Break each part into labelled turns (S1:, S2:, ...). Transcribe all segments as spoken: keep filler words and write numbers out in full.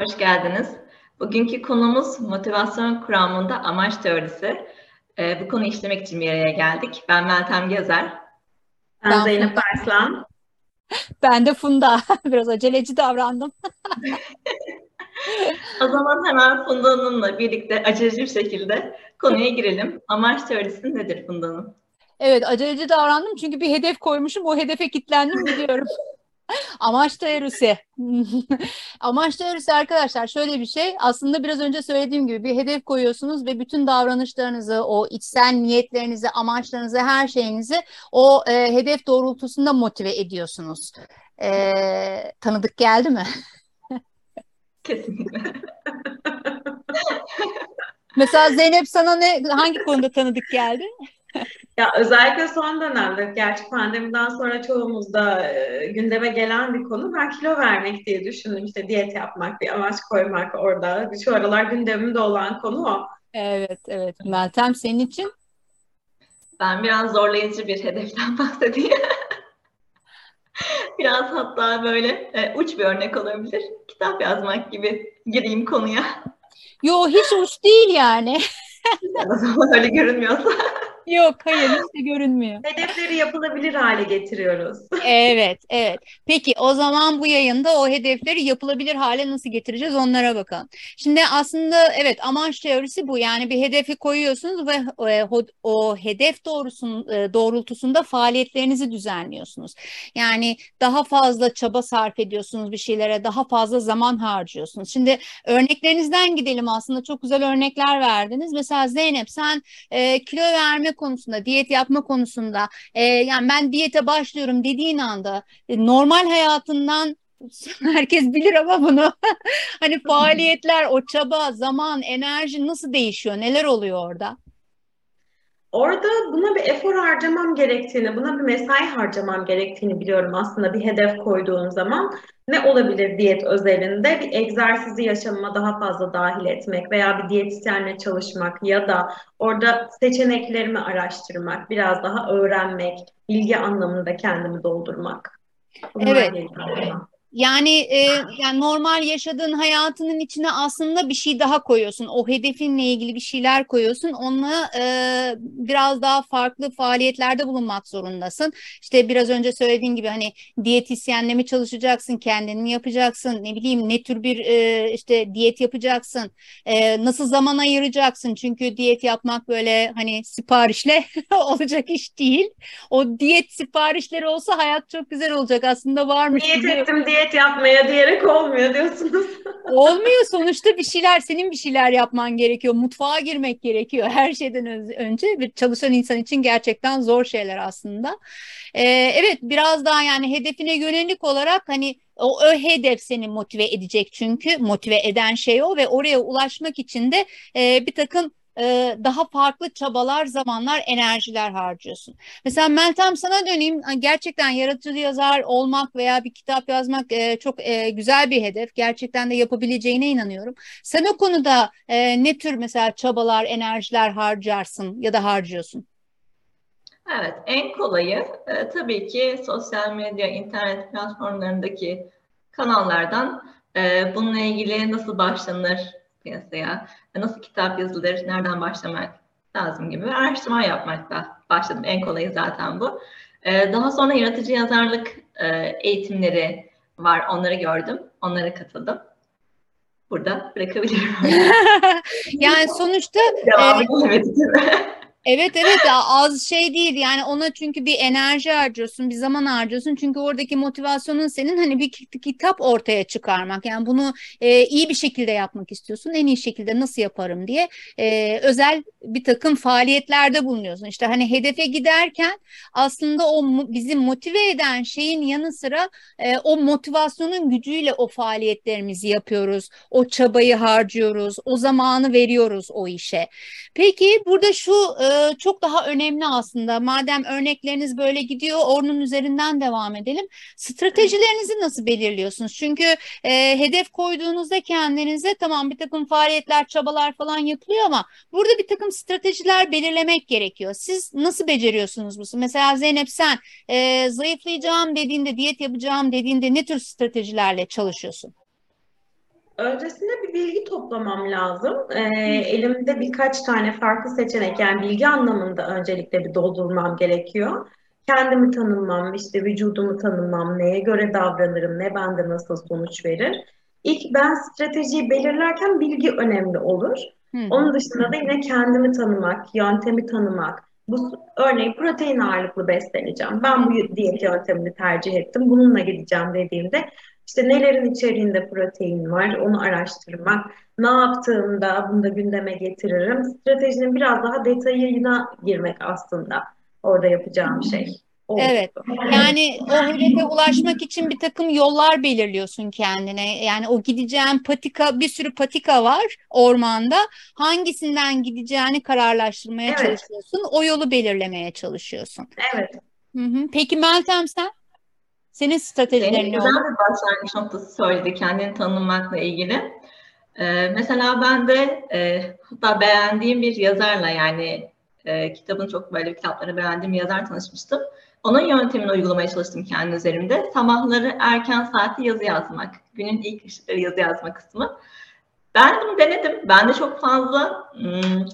S1: Hoş geldiniz. Bugünkü konumuz motivasyon kuramında amaç teorisi. Ee, bu konuyu işlemek için bir araya geldik. Ben Meltem Gezer.
S2: Ben
S3: Ben
S2: Zeynep
S3: Funda.
S2: Arslan.
S3: Ben de Funda. Biraz aceleci davrandım.
S1: O zaman hemen Funda Hanım'la birlikte aceleci bir şekilde konuya girelim. Amaç teorisi nedir Funda Hanım?
S3: Evet, aceleci davrandım çünkü bir hedef koymuşum. O hedefe kilitlendim gidiyorum. Amaç teorisi. Amaç teorisi arkadaşlar şöyle bir şey. Aslında biraz önce söylediğim gibi bir hedef koyuyorsunuz ve bütün davranışlarınızı, o içsel niyetlerinizi, amaçlarınızı, her şeyinizi o e, hedef doğrultusunda motive ediyorsunuz. E, tanıdık geldi mi?
S1: Kesinlikle.
S3: Mesela Zeynep sana ne hangi konuda tanıdık geldi?
S2: Ya özellikle son dönemde, gerçi pandemiden sonra çoğumuzda e, gündeme gelen bir konu. Ben kilo vermek diye düşündüm. İşte diyet yapmak, bir amaç koymak orada. Şu aralar gündemimde olan konu o.
S3: Evet, evet. Meltem senin için?
S1: Ben biraz zorlayıcı bir hedeften bahsedeyim. Biraz hatta böyle e, uç bir örnek olabilir. Kitap yazmak gibi gireyim konuya.
S3: Yo, hiç uç değil yani.
S1: En azından öyle görünmüyorsa.
S3: Yok, hayır, hiç de görünmüyor.
S2: Hedefleri yapılabilir hale getiriyoruz.
S3: Evet, evet. Peki o zaman bu yayında o hedefleri yapılabilir hale nasıl getireceğiz onlara bakalım. Şimdi aslında evet, amaç teorisi bu. Yani bir hedefi koyuyorsunuz ve e, o, o hedef doğrusun, e, doğrultusunda faaliyetlerinizi düzenliyorsunuz. Yani daha fazla çaba sarf ediyorsunuz bir şeylere, daha fazla zaman harcıyorsunuz. Şimdi örneklerinizden gidelim, aslında çok güzel örnekler verdiniz. Mesela Zeynep, sen e, kilo verme konusunda, diyet yapma konusunda, e, yani ben diyete başlıyorum dediğin anda e, normal hayatından herkes bilir ama bunu hani faaliyetler, o çaba, zaman, enerji nasıl değişiyor? Neler oluyor orada?
S2: Orada buna bir efor harcamam gerektiğini, buna bir mesai harcamam gerektiğini biliyorum aslında bir hedef koyduğum zaman. Ne olabilir diyet özelinde? Bir egzersizi yaşamıma daha fazla dahil etmek veya bir diyetisyenle çalışmak ya da orada seçeneklerimi araştırmak, biraz daha öğrenmek, bilgi anlamında kendimi doldurmak. Bunlar
S3: Evet.
S2: geliyor aklıma.
S3: Yani e, yani normal yaşadığın hayatının içine aslında bir şey daha koyuyorsun. O hedefinle ilgili bir şeyler koyuyorsun. Onunla e, biraz daha farklı faaliyetlerde bulunmak zorundasın. İşte biraz önce söylediğin gibi hani diyetisyenle mi çalışacaksın, kendini mi yapacaksın, ne bileyim ne tür bir e, işte diyet yapacaksın, E, nasıl zaman ayıracaksın. Çünkü diyet yapmak böyle hani siparişle olacak iş değil. O diyet siparişleri olsa hayat çok güzel olacak. Aslında varmış
S2: Niyet
S3: gibi.
S2: ettim diyet yapmaya diyerek olmuyor diyorsunuz.
S3: Olmuyor, sonuçta bir şeyler, senin bir şeyler yapman gerekiyor. Mutfağa girmek gerekiyor her şeyden öz- önce. Bir çalışan insan için gerçekten zor şeyler aslında. Ee, evet, biraz daha yani hedefine yönelik olarak hani o, o hedef seni motive edecek, çünkü motive eden şey o ve oraya ulaşmak için de e, bir takım e, daha farklı çabalar, zamanlar, enerjiler harcıyorsun. Mesela Meltem, sana döneyim. Gerçekten yaratıcı yazar olmak veya bir kitap yazmak e, çok e, güzel bir hedef. Gerçekten de yapabileceğine inanıyorum. Sen o konuda e, ne tür mesela çabalar, enerjiler harcarsın ya da harcıyorsun?
S1: Evet, en kolayı e, tabii ki sosyal medya, internet platformlarındaki kanallardan e, bununla ilgili nasıl başlanır piyasaya, nasıl kitap yazılır, nereden başlamak lazım gibi bir araştırma yapmakla başladım. En kolayı zaten bu. E, daha sonra yaratıcı yazarlık e, eğitimleri var, onları gördüm, onlara katıldım. Burada bırakabilirim öyle.
S3: Yani sonuçta e,
S1: Devamı gelemedi tabii.
S3: evet, evet, ya az şey değil yani, ona çünkü bir enerji harcıyorsun, bir zaman harcıyorsun, çünkü oradaki motivasyonun senin hani bir ki- kitap ortaya çıkarmak, yani bunu e, iyi bir şekilde yapmak istiyorsun, en iyi şekilde nasıl yaparım diye e, özel bir takım faaliyetlerde bulunuyorsun. İşte hani hedefe giderken aslında o mu- bizi motive eden şeyin yanı sıra e, o motivasyonun gücüyle o faaliyetlerimizi yapıyoruz, o çabayı harcıyoruz, o zamanı veriyoruz o işe. Peki burada şu e, çok daha önemli aslında. Madem örnekleriniz böyle gidiyor, onun üzerinden devam edelim. Stratejilerinizi nasıl belirliyorsunuz? Çünkü e, hedef koyduğunuzda kendinize tamam, bir takım faaliyetler, çabalar falan yapılıyor ama burada bir takım stratejiler belirlemek gerekiyor. Siz nasıl beceriyorsunuz bunu? Mesela Zeynep, sen e, zayıflayacağım dediğinde, diyet yapacağım dediğinde ne tür stratejilerle çalışıyorsun?
S2: Öncesinde bir bilgi toplamam lazım. Ee, elimde birkaç tane farklı seçenek, yani bilgi anlamında öncelikle bir doldurmam gerekiyor. Kendimi tanımam, işte vücudumu tanımam, neye göre davranırım, ne bende nasıl sonuç verir. İlk ben stratejiyi belirlerken bilgi önemli olur.
S3: Hı hı.
S2: Onun dışında da yine kendimi tanımak, yöntemi tanımak. Bu örneğin protein ağırlıklı besleneceğim. Ben bu diyet yöntemini tercih ettim. Bununla gideceğim dediğimde işte nelerin içeriğinde protein var, onu araştırmak. Ne yaptığımda bunu da gündeme getiririm. Stratejinin biraz daha detayına girmek aslında orada yapacağım şey.
S3: Evet.
S2: Oldu.
S3: Yani o hedefe ulaşmak için bir takım yollar belirliyorsun kendine. Yani o gideceğin patika, bir sürü patika var ormanda. Hangisinden gideceğini kararlaştırmaya
S2: Evet,
S3: çalışıyorsun. O yolu belirlemeye çalışıyorsun.
S2: evet.
S3: Hı hı. Peki Meltem, sen? Senin
S1: Zeynep
S3: stratejilerin ne
S1: güzel
S3: olur?
S1: bir başlangıç noktası söyledi kendini tanımmakla ilgili. Ee, mesela ben de e, hatta beğendiğim bir yazarla, yani e, kitabını çok, böyle kitapları beğendiğim bir yazar tanışmıştım. Onun yöntemini uygulamaya çalıştım kendi üzerimde. Sabahları erken saatte yazı yazmak. Günün ilk ışıkları yazı yazma kısmı. Ben bunu denedim. Ben de çok fazla hmm,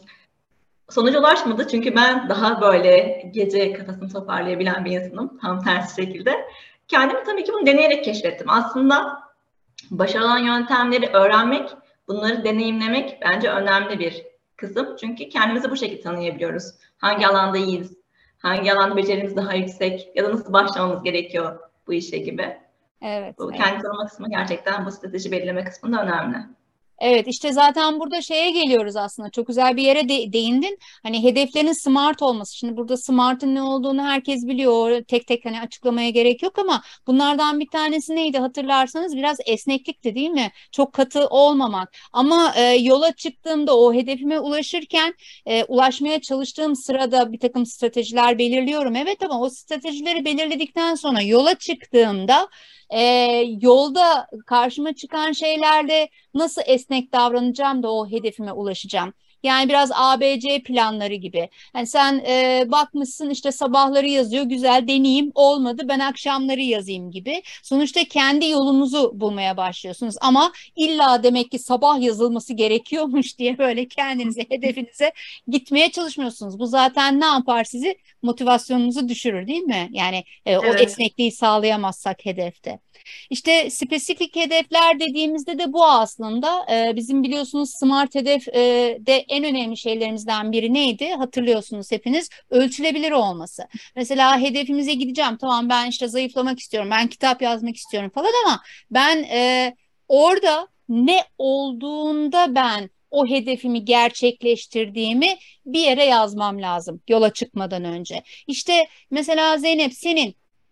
S1: sonuca ulaşmadı. Çünkü ben daha böyle gece kafasını toparlayabilen bir insanım. Tam tersi şekilde. Kendimi tabii ki bunu deneyerek keşfettim. Aslında başarılı olan yöntemleri öğrenmek, bunları deneyimlemek bence önemli bir kısım. Çünkü kendimizi bu şekilde tanıyabiliyoruz. Hangi alanda iyiyiz, hangi alanda becerimiz daha yüksek ya da nasıl başlamamız gerekiyor bu işe gibi.
S3: Evet,
S1: Bu
S3: evet.
S1: kendi tanıma kısmı gerçekten bu strateji belirleme kısmında önemli.
S3: Evet, işte zaten burada şeye geliyoruz aslında. Çok güzel bir yere de değindin. Hani hedeflerin smart olması. Şimdi burada smart'ın ne olduğunu herkes biliyor. Tek tek hani açıklamaya gerek yok ama bunlardan bir tanesi neydi hatırlarsanız, biraz esneklikti değil mi? Çok katı olmamak. Ama e, yola çıktığımda o hedefime ulaşırken e, ulaşmaya çalıştığım sırada bir takım stratejiler belirliyorum. Evet, ama o stratejileri belirledikten sonra yola çıktığımda e, yolda karşıma çıkan şeylerde nasıl esnek davranacağım da o hedefime ulaşacağım. Yani biraz A B C planları gibi. Yani sen e, bakmışsın işte sabahları yazıyor, güzel deneyeyim, olmadı ben akşamları yazayım gibi. Sonuçta kendi yolunuzu bulmaya başlıyorsunuz ama illa demek ki sabah yazılması gerekiyormuş diye böyle kendinize, hedefinize gitmeye çalışmıyorsunuz. Bu zaten ne yapar, sizi, motivasyonunuzu düşürür değil mi? Yani e, o
S2: Evet.
S3: esnekliği sağlayamazsak hedefte. İşte spesifik hedefler dediğimizde de bu aslında. Ee, bizim biliyorsunuz smart hedef e, de en önemli şeylerimizden biri neydi? Hatırlıyorsunuz hepiniz, ölçülebilir olması. Mesela hedefimize gideceğim. Tamam, ben işte zayıflamak istiyorum. Ben kitap yazmak istiyorum falan ama ben e, orada ne olduğunda ben o hedefimi gerçekleştirdiğimi bir yere yazmam lazım yola çıkmadan önce. İşte mesela Zeynep, senin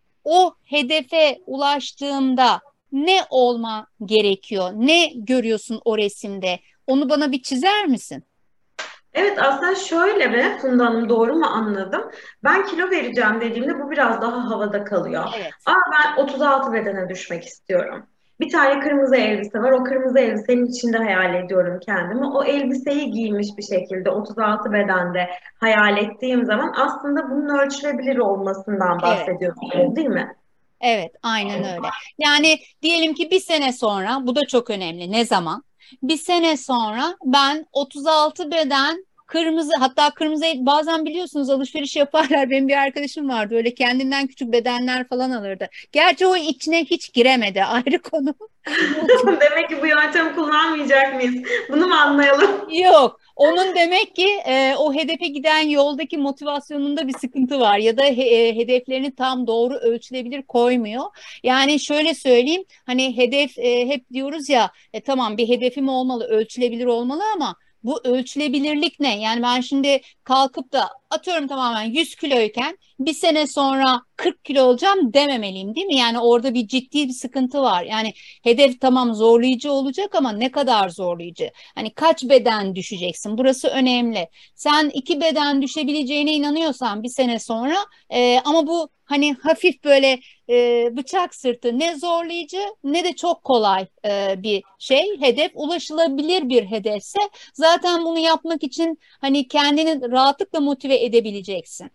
S3: o hedefe ulaştığımda ne olma gerekiyor? Ne görüyorsun o resimde? Onu bana bir çizer misin?
S2: Evet, aslında şöyle mi Funda Hanım, doğru mu anladım? Ben kilo vereceğim dediğimde bu biraz daha havada kalıyor.
S3: Evet.
S2: Aa, ben otuz altı bedene düşmek istiyorum. Bir tane kırmızı elbise var. O kırmızı elbisenin içinde hayal ediyorum kendimi. O elbiseyi giymiş bir şekilde otuz altı bedende hayal ettiğim zaman aslında bunun ölçülebilir olmasından
S3: Evet.
S2: bahsediyorsunuz, değil mi?
S3: Evet, aynen öyle. Yani diyelim ki bir sene sonra, bu da çok önemli. Ne zaman? Bir sene sonra ben otuz altı beden kırmızı, hatta kırmızı, bazen biliyorsunuz alışveriş yaparlar. Benim bir arkadaşım vardı, öyle kendinden küçük bedenler falan alırdı. Gerçi o içine hiç giremedi, ayrı konu.
S2: Demek ki bu yöntemi kullanmayacak mıyız? Bunu mu anlayalım?
S3: Yok. Onun demek ki e, o hedefe giden yoldaki motivasyonunda bir sıkıntı var ya da he- e, hedeflerini tam doğru ölçülebilir koymuyor. Yani şöyle söyleyeyim, hani hedef, e, hep diyoruz ya, e, tamam bir hedefim olmalı, ölçülebilir olmalı ama bu ölçülebilirlik ne? Yani ben şimdi kalkıp da atıyorum tamamen yüz kiloyken bir sene sonra kırk kilo olacağım dememeliyim değil mi? Yani orada bir ciddi bir sıkıntı var. Yani hedef tamam zorlayıcı olacak ama ne kadar zorlayıcı? Hani kaç beden düşeceksin? Burası önemli. Sen iki beden düşebileceğine inanıyorsan bir sene sonra, e, ama bu hani hafif böyle e, bıçak sırtı, ne zorlayıcı ne de çok kolay e, bir şey. Hedef ulaşılabilir bir hedefse zaten bunu yapmak için hani kendini rahatlıkla motive edebileceksin.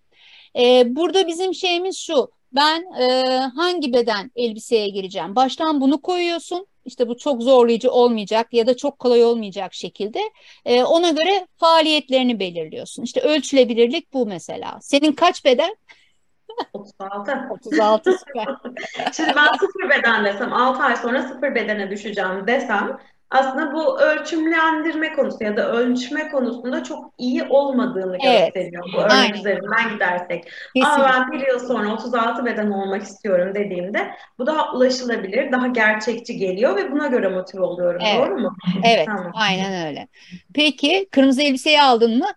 S3: E, burada bizim şeyimiz şu. Ben e, hangi beden elbiseye gireceğim? Baştan bunu koyuyorsun. İşte bu çok zorlayıcı olmayacak ya da çok kolay olmayacak şekilde e, ona göre faaliyetlerini belirliyorsun. İşte ölçülebilirlik bu mesela. Senin kaç beden?
S2: otuz altı.
S3: otuz altı, süper.
S2: Şimdi ben sıfır beden desem, altı ay sonra sıfır bedene düşeceğim desem, aslında bu ölçümlendirme konusu ya da ölçme konusunda çok iyi olmadığını
S3: Evet,
S2: gösteriyor bu örnek
S3: aynen,
S2: üzerinden gidersek. Ama
S3: kesinlikle.
S2: ben bir yıl sonra otuz altı beden olmak istiyorum dediğimde bu daha ulaşılabilir, daha gerçekçi geliyor ve buna göre motive oluyorum.
S3: Evet,
S2: Doğru mu?
S3: evet,
S2: Tamam.
S3: aynen öyle. Peki kırmızı elbiseyi aldın mı?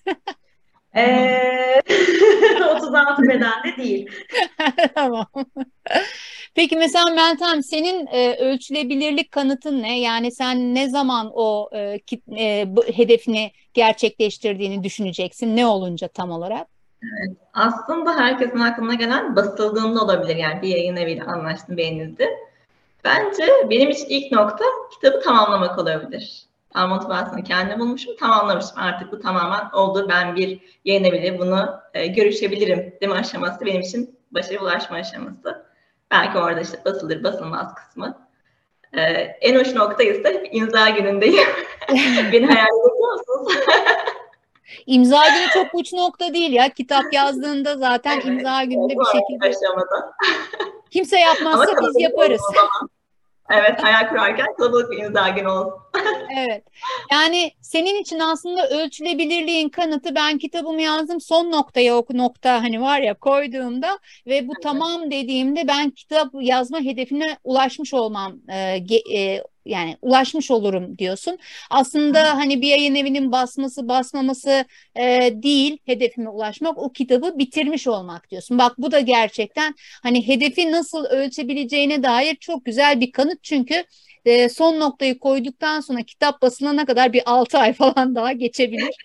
S2: Ee, otuz altı bedende değil.
S3: Tamam. Peki mesela Meltem, senin e, ölçülebilirlik kanıtın ne? Yani sen ne zaman o e, kit- e, bu hedefini gerçekleştirdiğini düşüneceksin? Ne olunca tam olarak?
S1: Aslında herkesin aklına gelen basıldığında olabilir. Yani bir yayın eviyle anlaştım, beğenildi. Bence benim için ilk nokta kitabı tamamlamak olabilir. Ben motivasyonu kendim bulmuşum, tamamlamışım. Artık bu tamamen oldu. Ben bir yayın eviyle bunu e, görüşebilirim deme aşaması benim için başarıya ulaşma aşaması. Belki orada işte basılır basılmaz kısmı. E, en uç nokta ise imza günündeyim. Beni hayal ediyor musunuz?
S3: İmza günü çok uç nokta değil ya. Kitap yazdığında zaten
S1: Evet,
S3: imza gününde bir
S1: sonraki
S3: şekilde
S1: aşamada.
S3: kimse
S1: Ama
S3: yapmazsa biz
S1: kalabalık
S3: yaparız.
S1: olsun o zaman. Evet, hayal kurarken kalabalık bir imza günü olsun.
S3: Evet. Yani senin için aslında ölçülebilirliğin kanıtı, ben kitabımı yazdım, son noktaya o nokta hani var ya koyduğumda ve bu tamam dediğimde ben kitap yazma hedefine ulaşmış olmam e, ge- e, yani ulaşmış olurum diyorsun. Aslında hani bir yayın evinin basması basmaması e, değil hedefime ulaşmak, o kitabı bitirmiş olmak diyorsun. Bak bu da gerçekten hani hedefi nasıl ölçebileceğine dair çok güzel bir kanıt, çünkü e, son noktayı koyduktan sonra kitap basılana kadar bir altı ay falan daha geçebilir.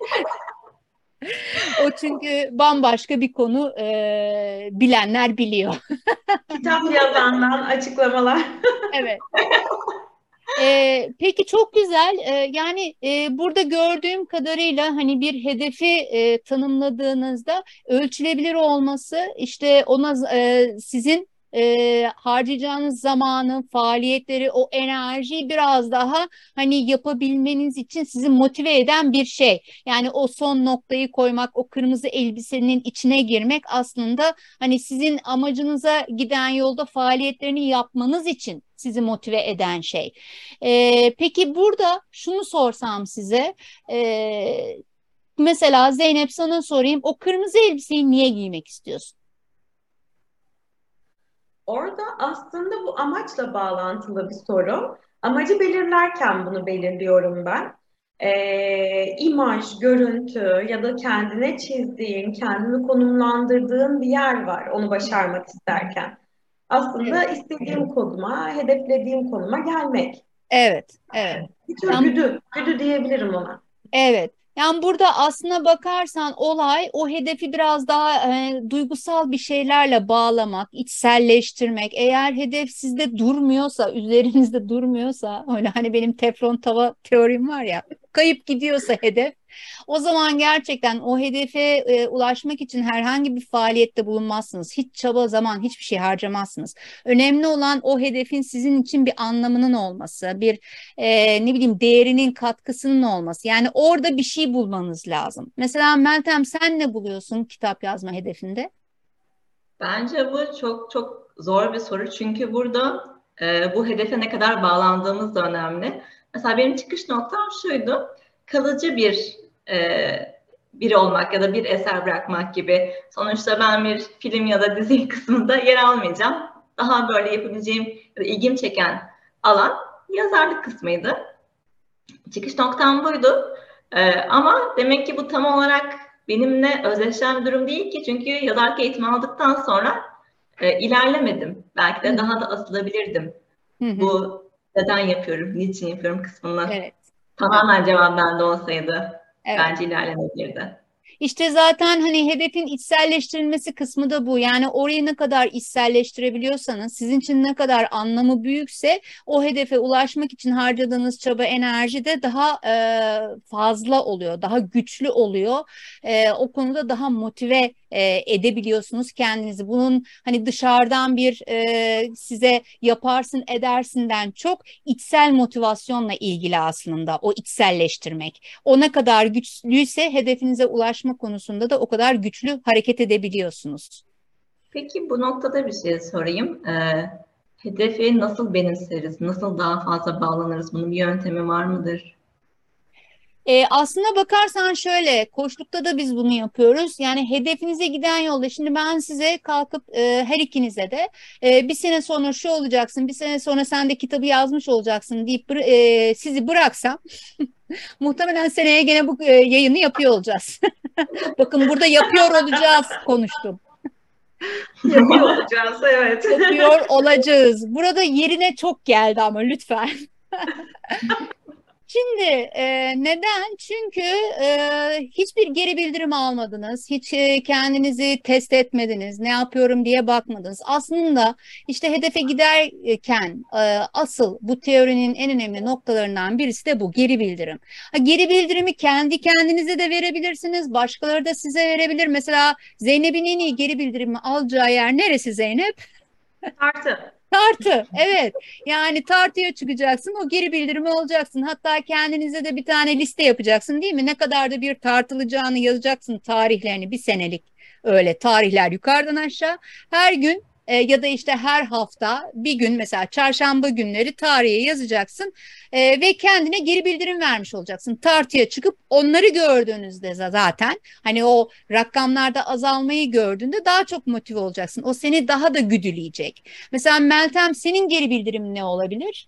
S3: O çünkü bambaşka bir konu, e, bilenler biliyor.
S2: Kitap yazandan açıklamalar.
S3: Evet. E, peki çok güzel. E, yani e, burada gördüğüm kadarıyla hani bir hedefi e, tanımladığınızda ölçülebilir olması, işte ona e, sizin e, harcayacağınız zamanı, faaliyetleri, o enerjiyi biraz daha hani yapabilmeniz için sizi motive eden bir şey. Yani o son noktayı koymak, o kırmızı elbisenin içine girmek aslında hani sizin amacınıza giden yolda faaliyetlerini yapmanız için sizi motive eden şey. Ee, peki burada şunu sorsam size, ee, mesela Zeynep sana sorayım, o kırmızı elbiseyi niye giymek istiyorsun?
S2: Orada aslında bu amaçla bağlantılı bir soru. Amacı belirlerken bunu belirliyorum ben. Ee, imaj, görüntü ya da kendine çizdiğin, kendini konumlandırdığın bir yer var onu başarmak isterken. Aslında
S3: Evet,
S2: istediğim konuma, hedeflediğim konuma gelmek.
S3: evet, evet.
S2: Bir tür
S3: Yani
S2: güdü, güdü diyebilirim ona.
S3: evet. Yani burada aslına bakarsan olay o hedefi biraz daha e, duygusal bir şeylerle bağlamak, içselleştirmek. Eğer hedef sizde durmuyorsa, üzerinizde durmuyorsa, öyle hani benim teflon tava teorim var ya, kayıp gidiyorsa hedef, o zaman gerçekten o hedefe e, ulaşmak için herhangi bir faaliyette bulunmazsınız. Hiç çaba, zaman, hiçbir şey harcamazsınız. Önemli olan o hedefin sizin için bir anlamının olması, bir e, ne bileyim değerinin, katkısının olması. Yani orada bir şey bulmanız lazım. Mesela Meltem, sen ne buluyorsun kitap yazma hedefinde?
S1: Bence bu çok çok zor bir soru. Çünkü burada e, bu hedefe ne kadar bağlandığımız da önemli. Mesela benim çıkış noktam şuydu. Kalıcı bir e, biri olmak ya da bir eser bırakmak gibi. Sonuçta ben bir film ya da dizi kısmında yer almayacağım. Daha böyle yapabileceğim ya da ilgimi çeken alan yazarlık kısmıydı. Çıkış noktam buydu. Ee, ama demek ki bu tam olarak benimle özdeşleşen bir durum değil ki. Çünkü yazarlık eğitimi aldıktan sonra e, ilerlemedim. Belki
S3: Hı
S1: de daha da asılabilirdim.
S3: hı. Hı.
S1: Bu neden yapıyorum, niçin yapıyorum kısmına.
S3: Evet. Evet.
S1: Tamamen cevap bende olsaydı
S3: Evet.
S1: bence ilerlenebilirdi.
S3: İşte zaten hani hedefin içselleştirilmesi kısmı da bu. Yani orayı ne kadar içselleştirebiliyorsanız, sizin için ne kadar anlamı büyükse o hedefe ulaşmak için harcadığınız çaba, enerji de daha e, fazla oluyor, daha güçlü oluyor. E, o konuda daha motive e, edebiliyorsunuz kendinizi. Bunun hani dışarıdan bir e, size yaparsın edersinden çok içsel motivasyonla ilgili aslında o içselleştirmek. O ne kadar güçlüyse hedefinize ulaşma konusunda da o kadar güçlü hareket edebiliyorsunuz.
S1: Peki bu noktada bir şey sorayım. Ee, hedefi nasıl benimseriz? Nasıl daha fazla bağlanırız? Bunun bir yöntemi var mıdır?
S3: E, aslına bakarsan şöyle, koçlukta da biz bunu yapıyoruz. Yani hedefinize giden yolda, şimdi ben size kalkıp e, her ikinize de e, bir sene sonra şu olacaksın, bir sene sonra sen de kitabı yazmış olacaksın deyip bıra- e, sizi bıraksam, muhtemelen seneye gene bu e, yayını yapıyor olacağız. Bakın burada yapıyor olacağız konuştum.
S2: Yapıyor olacağız, evet.
S3: Yapıyor olacağız. Burada yerine çok geldi ama lütfen. Şimdi e, neden? Çünkü e, hiçbir geri bildirim almadınız, hiç e, kendinizi test etmediniz, ne yapıyorum diye bakmadınız. Aslında işte hedefe giderken e, asıl bu teorinin en önemli noktalarından birisi de bu geri bildirim. Ha, geri bildirimi kendi kendinize de verebilirsiniz, başkaları da size verebilir. Mesela Zeynep'in en iyi geri bildirimi alacağı yer neresi Zeynep?
S2: Artı.
S3: Tartı, evet. Yani tartıya çıkacaksın, o geri bildirimi alacaksın. Hatta kendinize de bir tane liste yapacaksın, değil mi? Ne kadar da bir tartılacağını yazacaksın, tarihlerini, bir senelik öyle tarihler yukarıdan aşağı. Her gün e, ya da işte her hafta bir gün, mesela çarşamba günleri tarihe yazacaksın e, ve kendine geri bildirim vermiş olacaksın. Tartıya çıkıp onları gördüğünüzde zaten hani o rakamlarda azalmayı gördüğünde daha çok motive olacaksın. O seni daha da güdüleyecek. Mesela Meltem, senin geri bildirimin ne olabilir?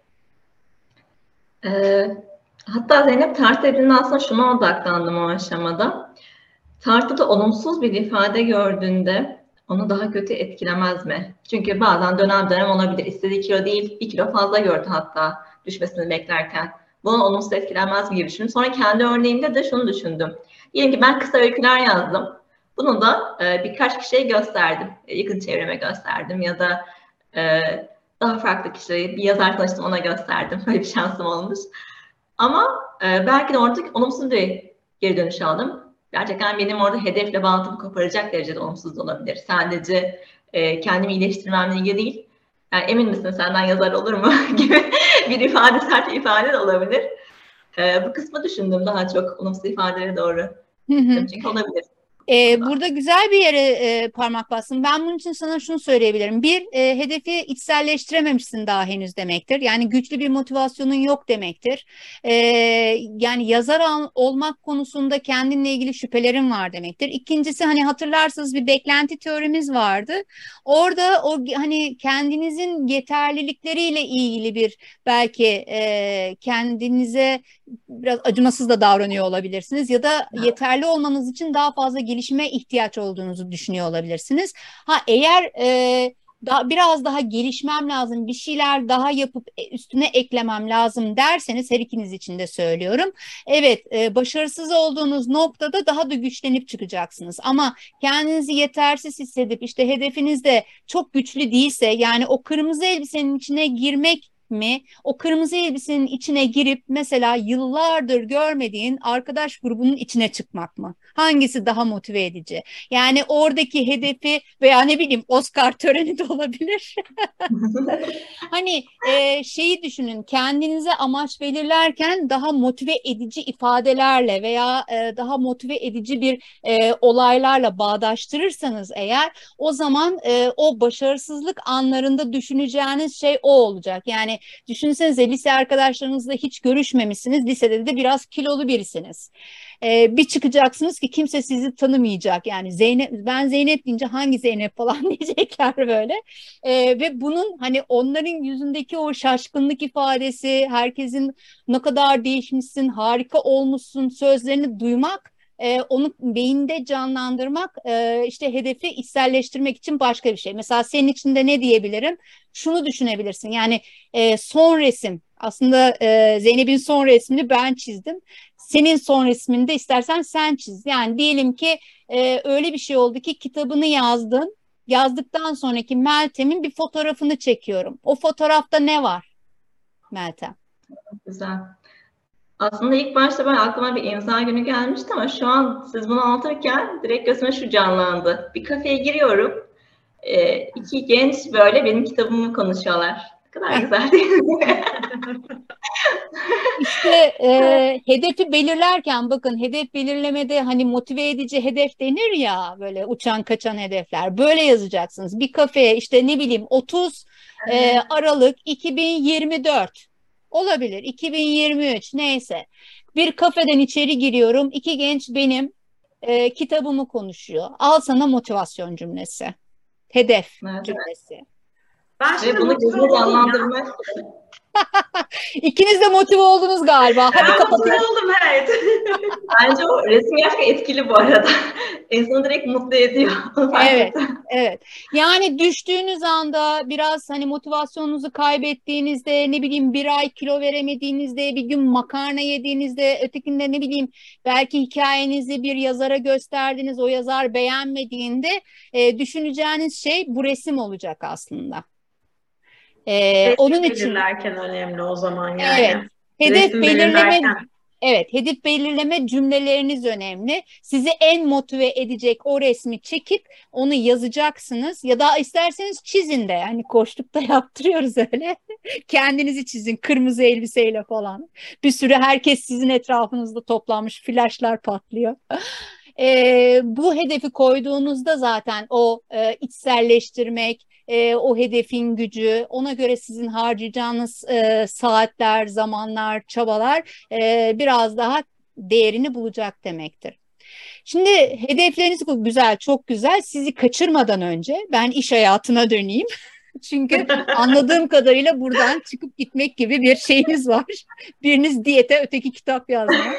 S1: Ee, hatta Zeynep tartı dediğinde aslında şuna odaklandım o aşamada. Tartıda olumsuz bir ifade gördüğünde onu daha kötü etkilemez mi? Çünkü bazen dönem dönem olabilir. İstediği kilo değil, bir kilo fazla gördü hatta düşmesini beklerken. Bunu olumsuz etkilenmez mi gibi düşündüm. Sonra kendi örneğimde de şunu düşündüm. Diyelim ki ben kısa öyküler yazdım. Bunu da e, birkaç kişiye gösterdim. E, yakın çevreme gösterdim ya da e, daha farklı kişiye bir yazar tanıştım, ona gösterdim. Böyle bir şansım olmuş. Ama e, belki de orada olumsuz bir geri dönüş aldım. Gerçekten benim orada hedefle bağlantımı koparacak derecede olumsuz da olabilir. Sadece e, kendimi iyileştirmemle ilgili değil. Yani emin misin senden yazar olur mu gibi bir ifade, sert bir ifade de olabilir. E, bu kısmı düşündüm daha çok olumsuz ifadelere doğru.
S3: Hı hı.
S1: Çünkü olabilir.
S3: Ee, burada güzel bir yere e, parmak bastın. Ben bunun için sana şunu söyleyebilirim. Bir, e, hedefi içselleştirememişsin daha henüz demektir. Yani güçlü bir motivasyonun yok demektir. Ee, yani yazar al- olmak konusunda kendinle ilgili şüphelerin var demektir. İkincisi, hani hatırlarsınız bir beklenti teorimiz vardı. Orada o hani kendinizin yeterlilikleriyle ilgili bir belki e, kendinize biraz acımasız da davranıyor olabilirsiniz ya da yeterli olmanız için daha fazla gelişime ihtiyaç olduğunuzu düşünüyor olabilirsiniz. Ha, eğer e, daha biraz daha gelişmem lazım, bir şeyler daha yapıp üstüne eklemem lazım derseniz, her ikiniz için de söylüyorum. Evet, e, başarısız olduğunuz noktada daha da güçlenip çıkacaksınız. Ama kendinizi yetersiz hissedip işte hedefiniz de çok güçlü değilse, yani o kırmızı elbisenin içine girmek mi? O kırmızı elbisenin içine girip mesela yıllardır görmediğin arkadaş grubunun içine çıkmak mı? Hangisi daha motive edici? Yani oradaki hedefi veya ne bileyim Oscar töreni de olabilir. Hani e, şeyi düşünün, kendinize amaç belirlerken daha motive edici ifadelerle veya e, daha motive edici bir e, olaylarla bağdaştırırsanız eğer, o zaman e, o başarısızlık anlarında düşüneceğiniz şey o olacak. Yani düşünsenize, lise arkadaşlarınızla hiç görüşmemişsiniz, lisede de biraz kilolu birisiniz. E, bir çıkacaksınız ki kimse sizi tanımayacak. Yani Zeynep, ben Zeynep deyince hangi Zeynep falan diyecekler böyle. E, ve bunun hani onların yüzündeki o şaşkınlık ifadesi, herkesin ne kadar değişmişsin, harika olmuşsun sözlerini duymak, e, onu beyinde canlandırmak, e, işte hedefi içselleştirmek için başka bir şey. Mesela senin için de ne diyebilirim? Şunu düşünebilirsin. Yani e, son resim, aslında e, Zeynep'in son resmini ben çizdim. senin son resmini de istersen sen çiz. Yani diyelim ki e, öyle bir şey oldu ki kitabını yazdın. Yazdıktan sonraki Meltem'in bir fotoğrafını çekiyorum. O fotoğrafta ne var Meltem?
S1: Güzel. Aslında ilk başta ben aklıma bir imza günü gelmişti ama şu an siz bunu anlatırken direkt gözüme şu canlandı. Bir kafeye giriyorum. E, iki genç böyle benim kitabımı konuşuyorlar. Ne kadar güzel değil mi?
S3: İşte e, hedefi belirlerken bakın hedef belirlemede hani motive edici hedef denir ya böyle uçan kaçan hedefler. Böyle yazacaksınız. Bir kafeye işte ne bileyim otuz e, Aralık iki bin yirmi dört olabilir. iki bin yirmi üç neyse. Bir kafeden içeri giriyorum. İki genç benim e, kitabımı konuşuyor. Al sana motivasyon cümlesi. Hedef
S1: Evet.
S3: cümlesi.
S2: Ben
S1: Ve
S2: şimdi
S1: bunu
S2: motive
S1: gözüne
S2: oldum ya.
S1: canlandırmak.
S3: İkiniz de motive oldunuz galiba. Hadi
S2: Ben
S3: kapatalım.
S2: motive oldum, evet.
S1: Bence o resim gerçekten etkili bu arada. İnsanı direkt mutlu ediyor. Onu fark
S3: Evet,
S1: ettim.
S3: evet. Yani düştüğünüz anda biraz hani motivasyonunuzu kaybettiğinizde ne bileyim bir ay kilo veremediğinizde bir gün makarna yediğinizde ötekinde ne bileyim belki hikayenizi bir yazara gösterdiniz o yazar beğenmediğinde e, düşüneceğiniz şey bu resim olacak aslında. E, onun
S2: Resmi
S3: için
S2: belirlerken önemli o zaman
S3: evet
S2: yani.
S3: hedef
S2: Resim
S3: belirleme
S2: belirlerken.
S3: Evet, hedef belirleme cümleleriniz önemli. Sizi en motive edecek o resmi çekip onu yazacaksınız ya da isterseniz çizin de. Hani koştukta yaptırıyoruz öyle. Kendinizi çizin kırmızı elbiseyle falan. Bir sürü herkes sizin etrafınızda toplanmış, flaşlar patlıyor. Ee, bu hedefi koyduğunuzda zaten o e, içselleştirmek, e, o hedefin gücü, ona göre sizin harcayacağınız e, saatler, zamanlar, çabalar e, biraz daha değerini bulacak demektir. Şimdi hedefleriniz bu güzel, çok güzel. Sizi kaçırmadan önce ben iş hayatına döneyim. Çünkü anladığım kadarıyla buradan çıkıp gitmek gibi bir şeyiniz var. Biriniz diyete, öteki kitap yazmaya.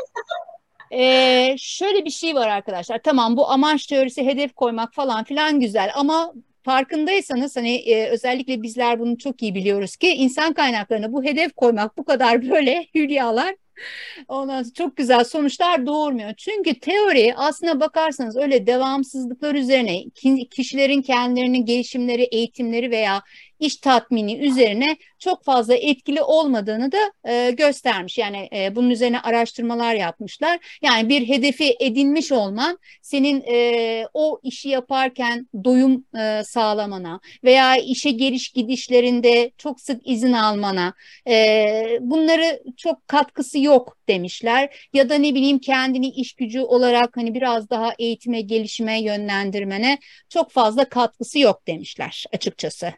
S3: Ee, şöyle bir şey var arkadaşlar. Tamam bu amaç teorisi, hedef koymak falan filan güzel ama farkındaysanız hani e, özellikle bizler bunu çok iyi biliyoruz ki insan kaynaklarına bu hedef koymak bu kadar böyle hülyalar ondan sonra çok güzel sonuçlar doğurmuyor. Çünkü teori aslına bakarsanız öyle devamsızlıklar üzerine kişilerin kendilerinin gelişimleri, eğitimleri veya iş tatmini üzerine çok fazla etkili olmadığını da e, göstermiş. Yani e, bunun üzerine araştırmalar yapmışlar. Yani bir hedefi edinmiş olman senin e, o işi yaparken doyum e, sağlamana veya işe geliş gidişlerinde çok sık izin almana e, bunları çok katkısı yok demişler. Ya da ne bileyim kendini iş gücü olarak hani biraz daha eğitime, gelişime yönlendirmene çok fazla katkısı yok demişler açıkçası.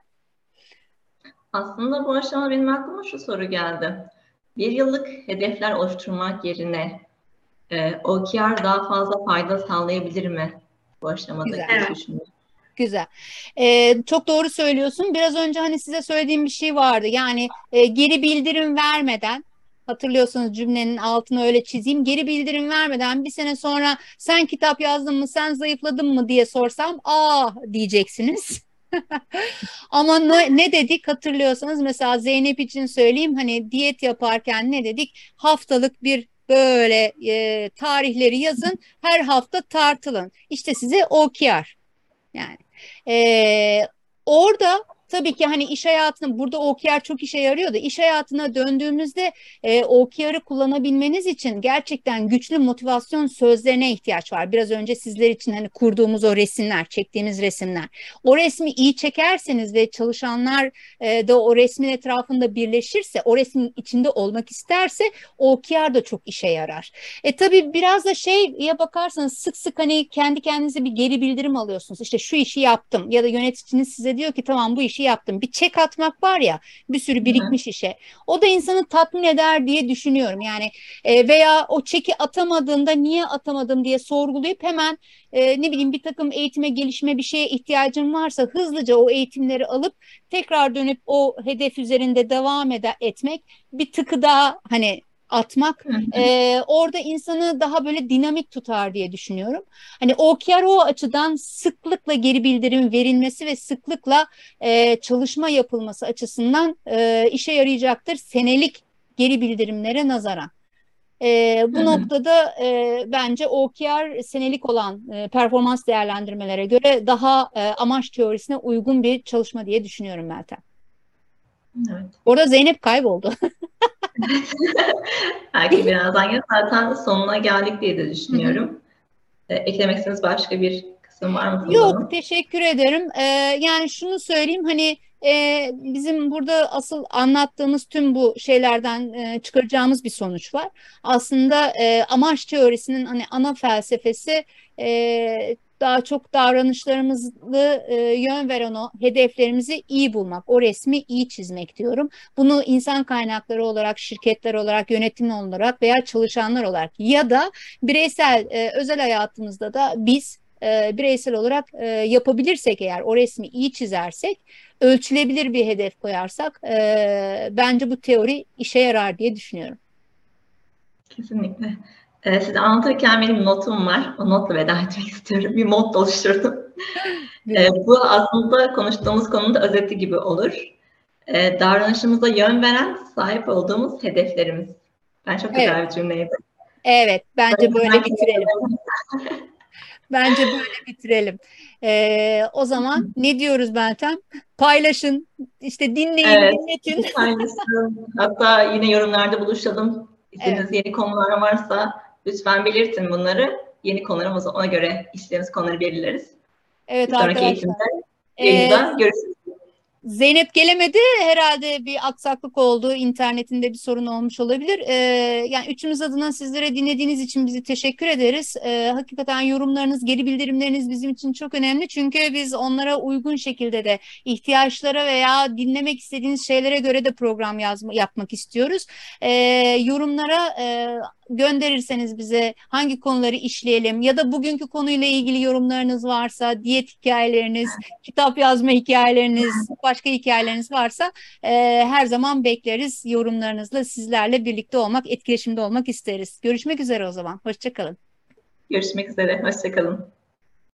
S1: Aslında bu aşamada benim aklıma şu soru geldi. Bir yıllık hedefler oluşturmak yerine e, O K R daha fazla fayda sağlayabilir mi bu aşamada
S3: Güzel.
S1: diye
S2: Evet.
S1: düşünüyorum.
S3: Güzel. Ee, çok doğru söylüyorsun. Biraz önce hani size söylediğim bir şey vardı. Yani e, geri bildirim vermeden hatırlıyorsanız cümlenin altına öyle çizeyim. Geri bildirim vermeden bir sene sonra sen kitap yazdın mı, sen zayıfladın mı diye sorsam aa diyeceksiniz. Ama ne, ne dedik hatırlıyorsanız mesela Zeynep için söyleyeyim hani diyet yaparken ne dedik? Haftalık bir böyle e, tarihleri yazın her hafta tartılın. İşte size O K R. Yani eee, orada tabii ki hani iş hayatına burada O K R çok işe yarıyor da iş hayatına döndüğümüzde e, O K R'ı kullanabilmeniz için gerçekten güçlü motivasyon sözlerine ihtiyaç var. Biraz önce sizler için hani kurduğumuz o resimler, çektiğimiz resimler. O resmi iyi çekerseniz ve çalışanlar e, da o resmin etrafında birleşirse, o resmin içinde olmak isterse O K R da çok işe yarar. E tabii biraz da şeye bakarsanız sık sık hani kendi kendinize bir geri bildirim alıyorsunuz. İşte şu işi yaptım ya da yöneticiniz size diyor ki tamam bu işi yaptım. Bir çek atmak var ya bir sürü birikmiş işe. O da insanı tatmin eder diye düşünüyorum. Yani e, veya o çeki atamadığında niye atamadım diye sorgulayıp hemen e, ne bileyim bir takım eğitime, gelişime bir şeye ihtiyacım varsa hızlıca o eğitimleri alıp tekrar dönüp o hedef üzerinde devam ede etmek bir tıkı daha hani atmak e, orada insanı daha böyle dinamik tutar diye düşünüyorum. Hani O K R o açıdan sıklıkla geri bildirim verilmesi ve sıklıkla e, çalışma yapılması açısından e, işe yarayacaktır senelik geri bildirimlere nazaran. E,
S1: Hı
S3: bu
S1: hı.
S3: noktada e, bence O K R senelik olan e, performans değerlendirmelere göre daha e, amaç teorisine uygun bir çalışma diye düşünüyorum Meltem.
S1: Evet.
S3: Orada Zeynep kayboldu.
S1: Belki birazdan ya zaten sonuna geldik diye de
S3: Hı hı.
S1: düşünüyorum. E, eklemek istediğiniz başka bir kısım var mı Tuğba
S3: Yok,
S1: Hanım?
S3: teşekkür ederim. Ee, yani şunu söyleyeyim, hani e, bizim burada asıl anlattığımız tüm bu şeylerden e, çıkaracağımız bir sonuç var. Aslında e, amaç teorisinin hani ana felsefesi e, daha çok davranışlarımızı e, yön veren o hedeflerimizi iyi bulmak, o resmi iyi çizmek diyorum. Bunu insan kaynakları olarak, şirketler olarak, yönetim olarak veya çalışanlar olarak ya da bireysel, e, özel hayatımızda da biz e, bireysel olarak e, yapabilirsek, eğer o resmi iyi çizersek, ölçülebilir bir hedef koyarsak e, bence bu teori işe yarar diye düşünüyorum.
S1: Kesinlikle. E, size anlatırken benim notum var. O notla veda etmek istiyorum. Bir not oluşturdum. E,
S3: Güzel.
S1: bu aslında konuştuğumuz konunun da özeti gibi olur. E, davranışımıza yön veren sahip olduğumuz hedeflerimiz. Ben çok
S3: Evet,
S1: güzel bir cümleydi.
S3: evet. Bence
S1: Böyle
S3: böyle
S1: hemen
S3: bitirelim.
S1: kenara-
S3: Bence böyle bitirelim. E, o zaman ne diyoruz Meltem? Paylaşın, işte dinleyin,
S1: Evet,
S3: dinletin.
S1: paylaşın. Hatta yine yorumlarda buluşalım.
S3: Evet,
S1: İstediğiniz yeni konular varsa lütfen belirtin bunları. Yeni konularımızı ona göre işlediğimiz konuları belirleriz. Bir
S3: evet
S1: sonraki
S3: arkadaşlar.
S1: eğitimde,
S3: E,
S1: yayında görüşürüz.
S3: Zeynep gelemedi. Herhalde bir aksaklık oldu. İnternetinde bir sorun olmuş olabilir. Ee, yani üçümüz adına sizlere dinlediğiniz için bizi teşekkür ederiz. Ee, hakikaten yorumlarınız, geri bildirimleriniz bizim için çok önemli. Çünkü biz onlara uygun şekilde de ihtiyaçlara veya dinlemek istediğiniz şeylere göre de program yazma, yapmak istiyoruz. Ee, yorumlara e, gönderirseniz bize hangi konuları işleyelim ya da bugünkü konuyla ilgili yorumlarınız varsa, diyet hikayeleriniz, kitap yazma hikayeleriniz, başka hikayeleriniz varsa e, her zaman bekleriz. Yorumlarınızla sizlerle birlikte olmak, etkileşimde olmak isteriz. Görüşmek üzere o zaman. Hoşça kalın.
S1: Görüşmek üzere. Hoşça kalın.